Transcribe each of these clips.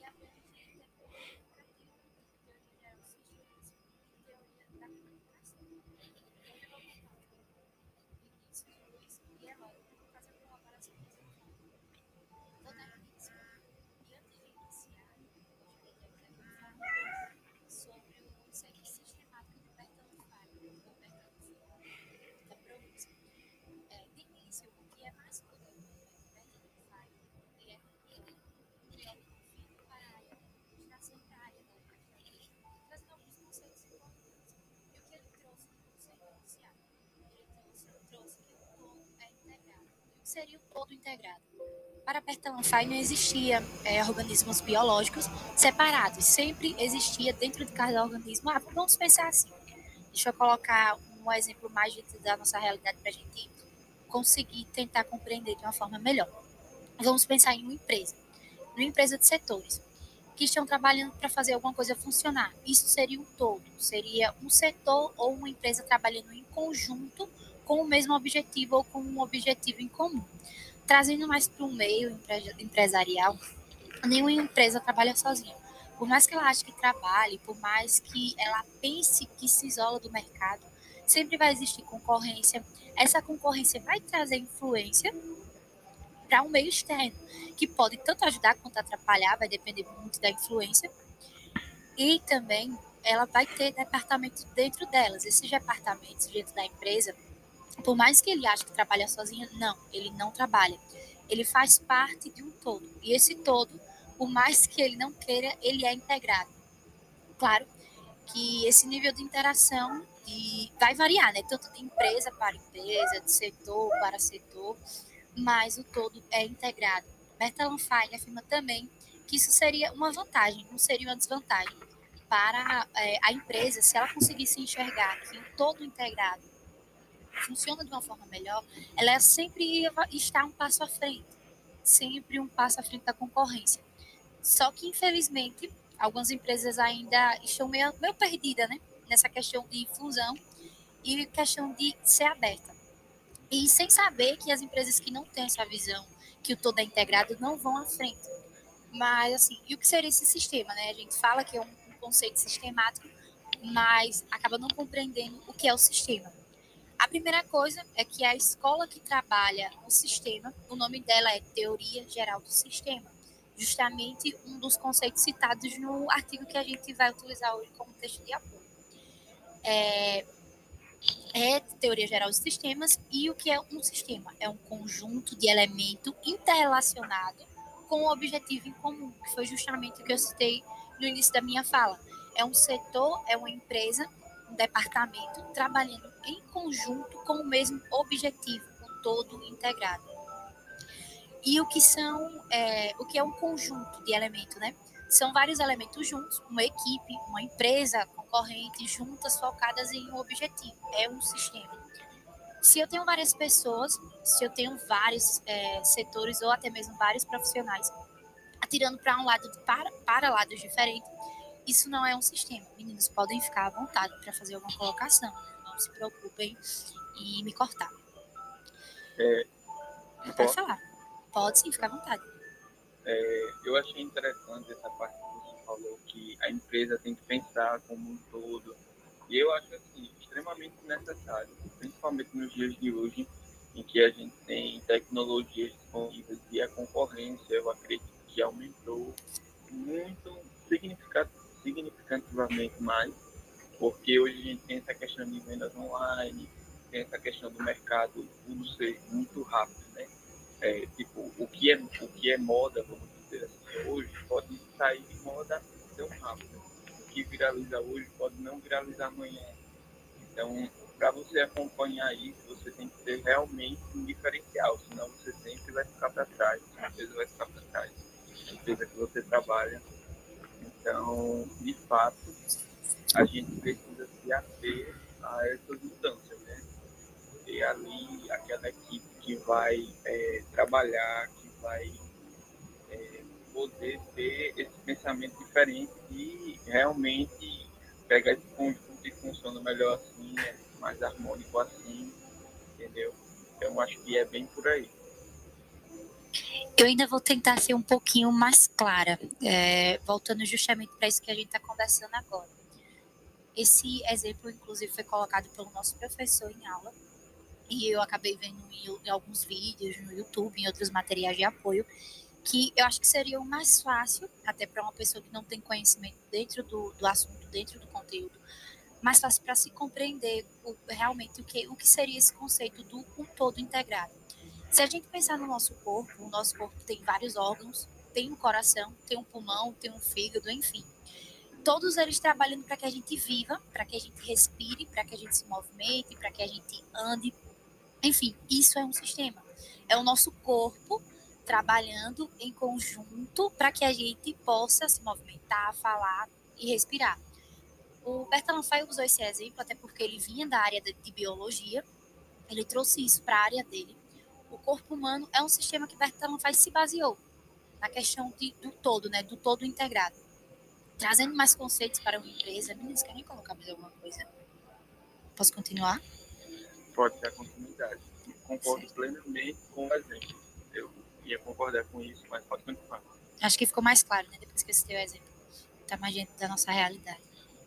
Seria um todo integrado. Para Bertalanffy não existia organismos biológicos separados, sempre existia dentro de cada organismo. Vamos pensar assim, deixa eu colocar um exemplo mais dentro da nossa realidade para a gente conseguir tentar compreender de uma forma melhor. Vamos pensar em uma empresa de setores, que estão trabalhando para fazer alguma coisa funcionar. Isso seria um todo, seria um setor ou uma empresa trabalhando em conjunto com o mesmo objetivo ou com um objetivo em comum. Trazendo mais para o meio empresarial, nenhuma empresa trabalha sozinha. Por mais que ela ache que trabalhe, por mais que ela pense que se isola do mercado, sempre vai existir concorrência. Essa concorrência vai trazer influência para um meio externo, que pode tanto ajudar quanto atrapalhar, vai depender muito da influência. E também ela vai ter departamentos dentro delas. Esses departamentos dentro da empresa, por mais que ele ache que trabalha sozinho, não, ele não trabalha. Ele faz parte de um todo. E esse todo, por mais que ele não queira, ele é integrado. Claro que esse nível de interação vai variar, né? Tanto de empresa para empresa, de setor para setor, mas o todo é integrado. Bertalanffy afirma também que isso seria uma vantagem, não seria uma desvantagem para a empresa, se ela conseguisse enxergar que o todo integrado funciona de uma forma melhor, ela sempre está um passo à frente, sempre um passo à frente da concorrência. Só que, infelizmente, algumas empresas ainda estão meio perdidas, né? Nessa questão de fusão e questão de ser aberta. E sem saber que as empresas que não têm essa visão, que o todo é integrado, não vão à frente. Mas, assim, e o que seria esse sistema, né? A gente fala que é um conceito sistemático, mas acaba não compreendendo o que é o sistema. A primeira coisa é que a escola que trabalha o sistema, o nome dela é Teoria Geral do Sistema, justamente um dos conceitos citados no artigo que a gente vai utilizar hoje como texto de apoio. É Teoria Geral dos Sistemas, e o que é um sistema? É um conjunto de elementos interrelacionados com um objetivo em comum, que foi justamente o que eu citei no início da minha fala. É um setor, é uma empresa, um departamento trabalhando em conjunto com o mesmo objetivo, um todo integrado. E o que é um conjunto de elementos, né? São vários elementos juntos, uma equipe, uma empresa concorrente, juntas, focadas em um objetivo. É um sistema. Se eu tenho várias pessoas, se eu tenho vários setores ou até mesmo vários profissionais atirando para um lado para lados diferentes, isso não é um sistema. Meninos, podem ficar à vontade para fazer alguma colocação. Não se preocupem em me cortar. Pode falar. Pode sim, ficar à vontade. Eu achei interessante essa parte que você falou, que a empresa tem que pensar como um todo. E eu acho assim, extremamente necessário, principalmente nos dias de hoje, em que a gente tem tecnologias disponíveis e a concorrência, eu acredito que aumentou muito significativamente mais, porque hoje a gente tem essa questão de vendas online, tem essa questão do mercado tudo ser muito rápido, né? Tipo, o que é moda, vamos dizer assim, hoje pode sair de moda tão rápido. O que viraliza hoje pode não viralizar amanhã. Então, para você acompanhar isso, você tem que ter realmente um diferencial, senão você sempre vai ficar para trás, a empresa vai ficar para trás, a empresa que você trabalha. Então, de fato, a gente precisa se ater a essas mudanças, né? Ter ali aquela equipe que vai trabalhar, que vai poder ter esse pensamento diferente e realmente pegar esse conjunto e funciona melhor assim, mais harmônico assim, entendeu? Então acho que é bem por aí. Eu ainda vou tentar ser um pouquinho mais clara, voltando justamente para isso que a gente está conversando agora. Esse exemplo, inclusive, foi colocado pelo nosso professor em aula, e eu acabei vendo em alguns vídeos no YouTube, em outros materiais de apoio, que eu acho que seria o mais fácil, até para uma pessoa que não tem conhecimento dentro do assunto, dentro do conteúdo, mais fácil para se compreender realmente o que seria esse conceito do um todo integrado. Se a gente pensar no nosso corpo, o nosso corpo tem vários órgãos, tem um coração, tem um pulmão, tem um fígado, enfim. Todos eles trabalhando para que a gente viva, para que a gente respire, para que a gente se movimente, para que a gente ande. Enfim, isso é um sistema. É o nosso corpo trabalhando em conjunto para que a gente possa se movimentar, falar e respirar. O Bertalanffy usou esse exemplo até porque ele vinha da área de biologia, ele trouxe isso para a área dele. O corpo humano é um sistema que Bertalanffy se baseou na questão do todo, né, do todo integrado. Trazendo mais conceitos para uma empresa. Meninas, querem colocar mais alguma coisa? Posso continuar? Pode ser a continuidade. Concordo plenamente com o exemplo. Eu ia concordar com isso, mas pode continuar. Acho que ficou mais claro, né? Depois que eu citei o exemplo. Está mais dentro da nossa realidade.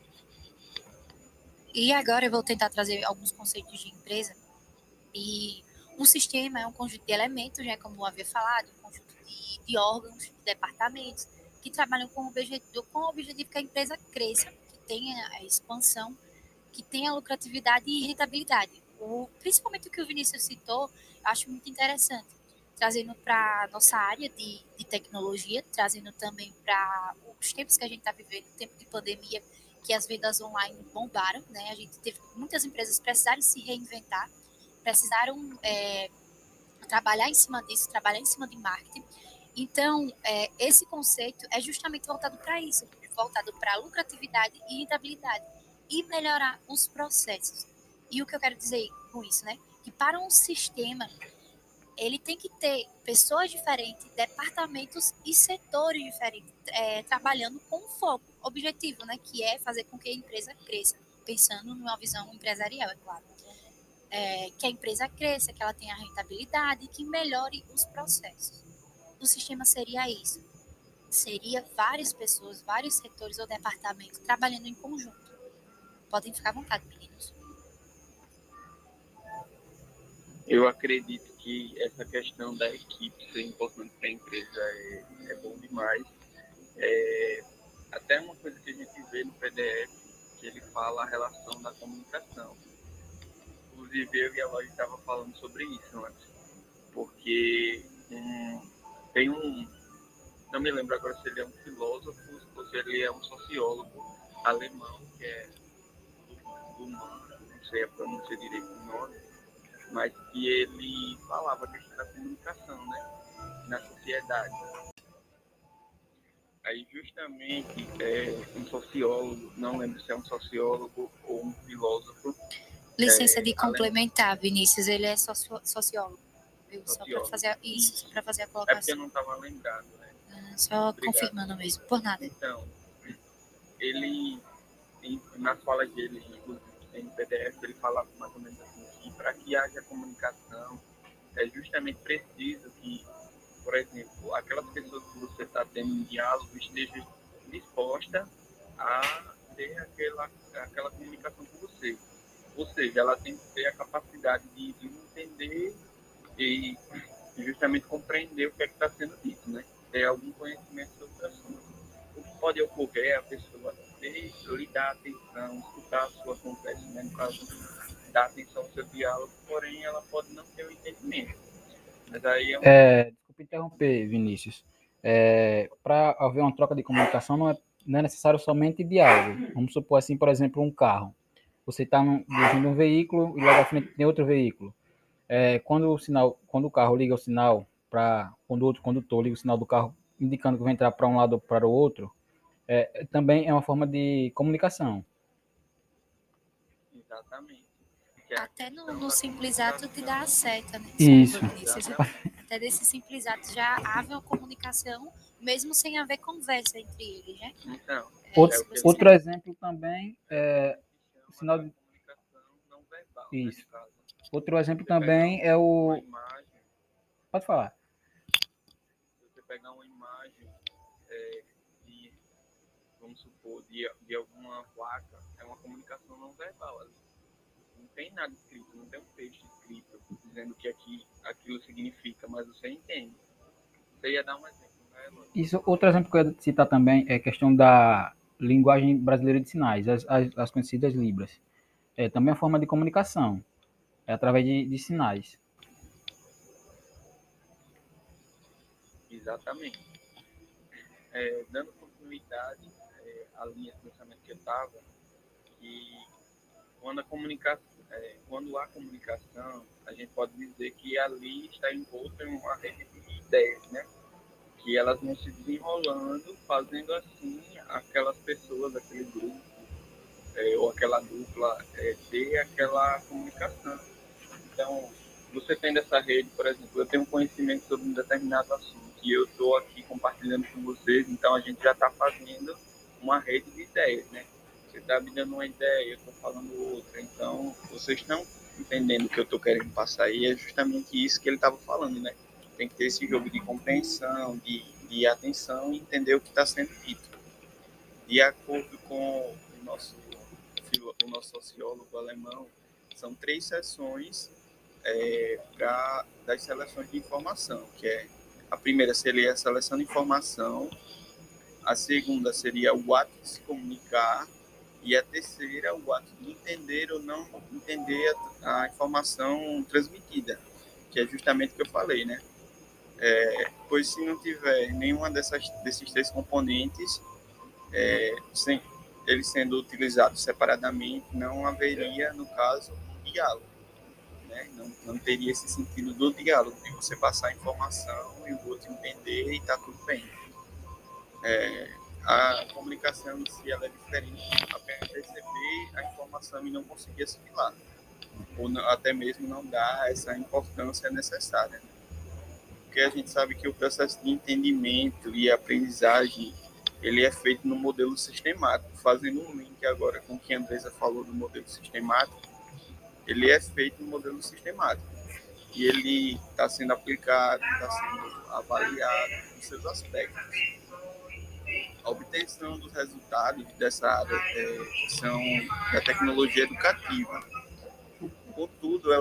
E agora eu vou tentar trazer alguns conceitos de empresa. E um sistema é um conjunto de elementos, né, como eu havia falado, um conjunto de órgãos, de departamentos, que trabalham com o objetivo que a empresa cresça, que tenha a expansão, que tenha lucratividade e rentabilidade. Principalmente o que o Vinícius citou, eu acho muito interessante, trazendo para a nossa área de tecnologia, trazendo também para os tempos que a gente está vivendo, tempo de pandemia, que as vendas online bombaram, né? A gente teve muitas empresas precisaram se reinventar, precisaram trabalhar em cima disso, trabalhar em cima de marketing. Então, esse conceito é justamente voltado para isso, voltado para lucratividade e rentabilidade e melhorar os processos. E o que eu quero dizer com isso, né? Que para um sistema, ele tem que ter pessoas diferentes, departamentos e setores diferentes, trabalhando com um foco objetivo, né? Que é fazer com que a empresa cresça, pensando numa visão empresarial, é claro. Que a empresa cresça, que ela tenha rentabilidade e que melhore os processos. O sistema seria isso. Seria várias pessoas, vários setores ou departamentos trabalhando em conjunto. Podem ficar à vontade, meninos. Eu acredito que essa questão da equipe ser importante para a empresa é bom demais. Até uma coisa que a gente vê no PDF, que ele fala a relação da comunicação. Inclusive, eu e a Lógia estava falando sobre isso antes. Porque tem não me lembro agora se ele é um filósofo ou se ele é um sociólogo alemão, que é Luhmann, não sei a pronúncia direito do nome, mas que ele falava a questão da comunicação, né, na sociedade. Aí justamente um sociólogo, não lembro se é um sociólogo ou um filósofo. Licença de complementar, Vinícius, ele é sociólogo. Só para fazer isso, para fazer a colocação. É porque eu não estava lembrado, né? Só obrigado. Confirmando mesmo, por nada. Então, ele, nas falas dele, inclusive tem no PDF, ele fala mais ou menos assim, que para que haja comunicação, é justamente preciso que, por exemplo, aquelas pessoas que você está tendo em diálogo estejam dispostas a ter aquela comunicação com você. Ou seja, ela tem que ter a capacidade de entender e justamente compreender o que é que está sendo dito, né? Ter algum conhecimento sobre o assunto. O que pode ocorrer é a pessoa lhe dar atenção, escutar a sua conversa, né? No caso, dar atenção ao seu diálogo, porém ela pode não ter o entendimento. Mas aí desculpa interromper, Vinícius. Para haver uma troca de comunicação não é necessário somente diálogo. Vamos supor assim, por exemplo, um carro. Você está dirigindo um veículo e logo à frente tem outro veículo. Quando o carro liga o sinal quando o outro condutor liga o sinal do carro indicando que vai entrar para um lado ou para o outro, também é uma forma de comunicação. Exatamente. Até no simples ato de dar a seta, né? Isso. Até desse simples ato já haver uma comunicação, mesmo sem haver conversa entre eles, né? Então, outro exemplo também é o sinal de comunicação não verbal. Isso. Né, outro exemplo também é o... Pode falar. ou de alguma placa, é uma comunicação não verbal. Não tem nada escrito, não tem um texto escrito dizendo o que aquilo significa, mas você entende. Você ia dar um exemplo, né, Eloy? Isso, outro exemplo que eu ia citar também é a questão da linguagem brasileira de sinais, as conhecidas Libras. É também uma forma de comunicação, é através de sinais. Exatamente. Dando continuidade à linha de pensamento que eu estava, que quando há comunicação, a gente pode dizer que ali está envolto em uma rede de ideias, né? Que elas vão se desenrolando, fazendo assim aquelas pessoas, aquele grupo, ou aquela dupla, ter aquela comunicação. Então, você tendo essa rede, por exemplo, eu tenho conhecimento sobre um determinado assunto e eu estou aqui compartilhando com vocês, então a gente já está fazendo uma rede de ideias, né? Você está me dando uma ideia, eu estou falando outra, então vocês estão entendendo o que eu estou querendo passar aí, é justamente isso que ele estava falando, né? Tem que ter esse jogo de compreensão, de atenção e entender o que está sendo dito. De acordo com o nosso sociólogo alemão, são 3 sessões das seleções de informação, que é a primeira seria a seleção de informação, a segunda seria o ato de se comunicar e a terceira o ato de entender ou não entender a informação transmitida, que é justamente o que eu falei, né? Pois se não tiver nenhuma desses 3 componentes, eles sendo utilizados separadamente, não haveria, no caso, diálogo. Né? Não teria esse sentido do diálogo, de você passar a informação e o outro entender e está tudo bem. A comunicação em si ela é diferente, apenas receber a informação e não conseguir assimilar, ou não, até mesmo não dar essa importância necessária. Porque a gente sabe que o processo de entendimento e aprendizagem ele é feito no modelo sistemático. Fazendo um link agora com o que a Andresa falou do modelo sistemático, ele é feito no modelo sistemático e ele está sendo aplicado, está sendo avaliado em seus aspectos. A obtenção dos resultados dessa área são da tecnologia educativa. Contudo,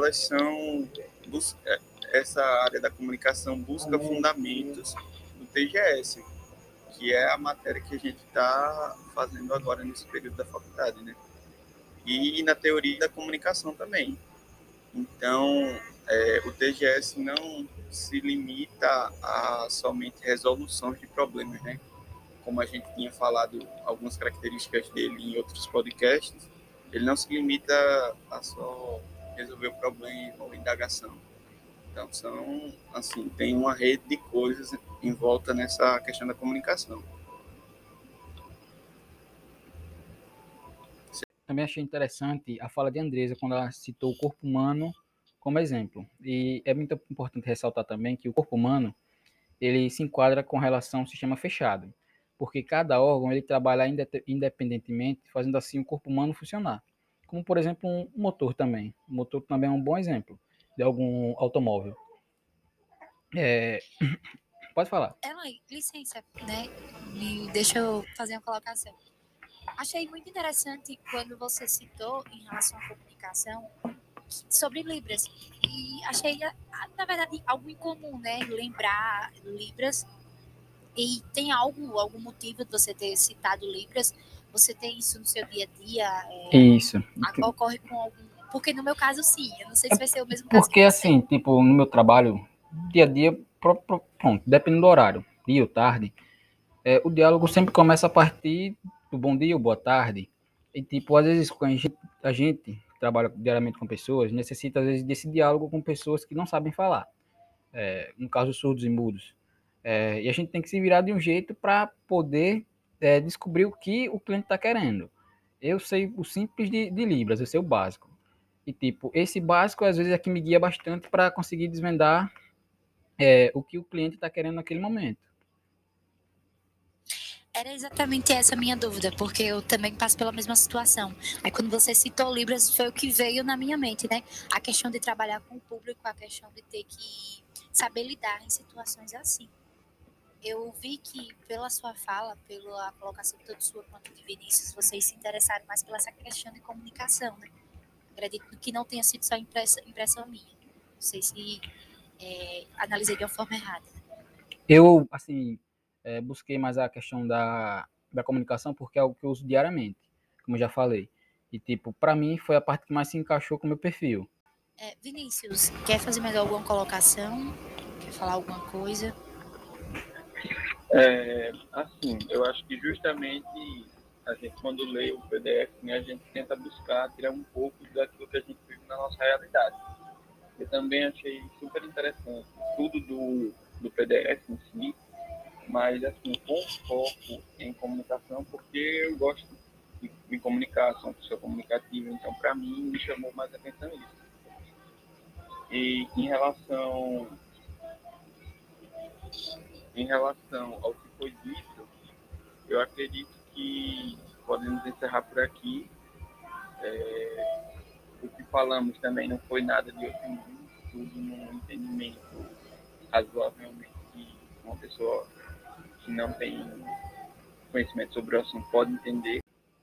essa área da comunicação busca fundamentos do TGS, que é a matéria que a gente está fazendo agora nesse período da faculdade, né? E na teoria da comunicação também. Então, o TGS não se limita a somente resoluções de problemas, né? Como a gente tinha falado algumas características dele em outros podcasts, ele não se limita a só resolver o problema ou indagação. Então, tem uma rede de coisas em volta nessa questão da comunicação. Também achei interessante a fala de Andresa quando ela citou o corpo humano como exemplo. E é muito importante ressaltar também que o corpo humano ele se enquadra com relação ao sistema fechado, porque cada órgão ele trabalha independentemente, fazendo assim o corpo humano funcionar. Como, por exemplo, um motor também. O motor também é um bom exemplo de algum automóvel. Pode falar. Eloy, licença, né? Deixa eu fazer uma colocação. Achei muito interessante quando você citou em relação à comunicação sobre Libras. E achei, na verdade, algo incomum, né? Lembrar Libras. E tem algum motivo de você ter citado Libras? Você tem isso no seu dia a dia? Isso. Ocorre com algum... Porque no meu caso, sim. Eu não sei se vai ser o mesmo caso Porque, que você. assim, tipo, no meu trabalho, dia a dia, pronto, dependendo do horário, dia ou tarde, o diálogo sempre começa a partir do bom dia ou boa tarde. E, tipo, às vezes, quando a gente trabalha diariamente com pessoas, necessita, às vezes, desse diálogo com pessoas que não sabem falar. No caso, surdos e mudos. E a gente tem que se virar de um jeito para poder descobrir o que o cliente está querendo. Eu sei o simples de Libras, eu sei o básico. E, tipo, esse básico, às vezes, é que me guia bastante para conseguir desvendar o que o cliente está querendo naquele momento. Era exatamente essa a minha dúvida, porque eu também passo pela mesma situação. Aí quando você citou Libras, foi o que veio na minha mente, né? A questão de trabalhar com o público, a questão de ter que saber lidar em situações assim. Eu vi que pela sua fala, pela colocação tanto sua quanto de Vinícius, vocês se interessaram mais pela essa questão de comunicação, né? Acredito que não tenha sido só impressão minha. Não sei se analisei de uma forma errada. Eu, assim, busquei mais a questão da comunicação porque é algo que eu uso diariamente, como eu já falei. E, tipo, para mim foi a parte que mais se encaixou com o meu perfil. Vinícius, quer fazer mais alguma colocação? Quer falar alguma coisa? Assim, eu acho que justamente a gente, quando lê o PDF, né, a gente tenta buscar tirar um pouco daquilo que a gente vive na nossa realidade. Eu também achei super interessante tudo do PDF em si, mas assim, com foco em comunicação, porque eu gosto de me comunicar, sou uma pessoa comunicativa, então para mim me chamou mais atenção isso. E em relação ao que foi dito, eu acredito que podemos encerrar por aqui. O que falamos também não foi nada de outro mundo, tudo num entendimento razoavelmente que uma pessoa que não tem conhecimento sobre o assunto pode entender.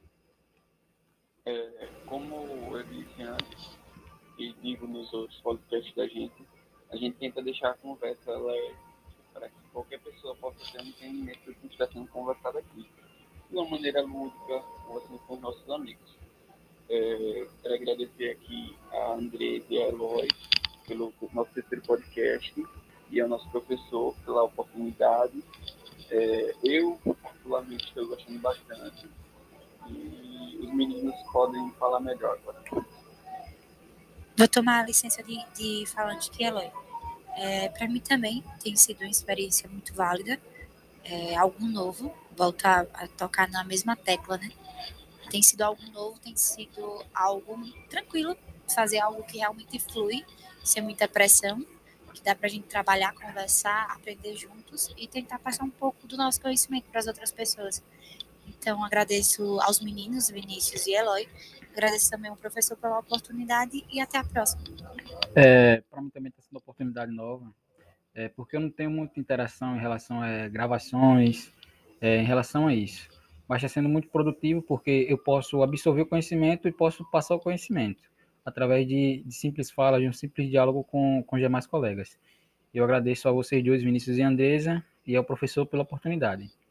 Como eu disse antes, e digo nos outros podcasts da gente, a gente tenta deixar a conversa leve para que qualquer pessoa possa ter um entendimento do que está sendo conversado aqui, de uma maneira lúdica, assim, com os nossos amigos. Quero agradecer aqui a André e a Eloy pelo nosso terceiro podcast e ao nosso professor pela oportunidade. Eu, particularmente, estou gostando bastante e os meninos podem falar melhor agora. Vou tomar a licença de falante de Eloy. Para mim também tem sido uma experiência muito válida, algo novo, voltar a tocar na mesma tecla, né? Tem sido algo novo, tem sido algo tranquilo, fazer algo que realmente flui, sem muita pressão, que dá para a gente trabalhar, conversar, aprender juntos e tentar passar um pouco do nosso conhecimento para as outras pessoas. Então, agradeço aos meninos, Vinícius e Eloy, agradeço também ao professor pela oportunidade e até a próxima. Para mim também está sendo uma oportunidade nova, porque eu não tenho muita interação em relação a gravações, em relação a isso. Mas está sendo muito produtivo porque eu posso absorver o conhecimento e posso passar o conhecimento através de simples falas, de um simples diálogo com demais colegas. Eu agradeço a vocês dois, Vinícius e Andresa, e ao professor pela oportunidade.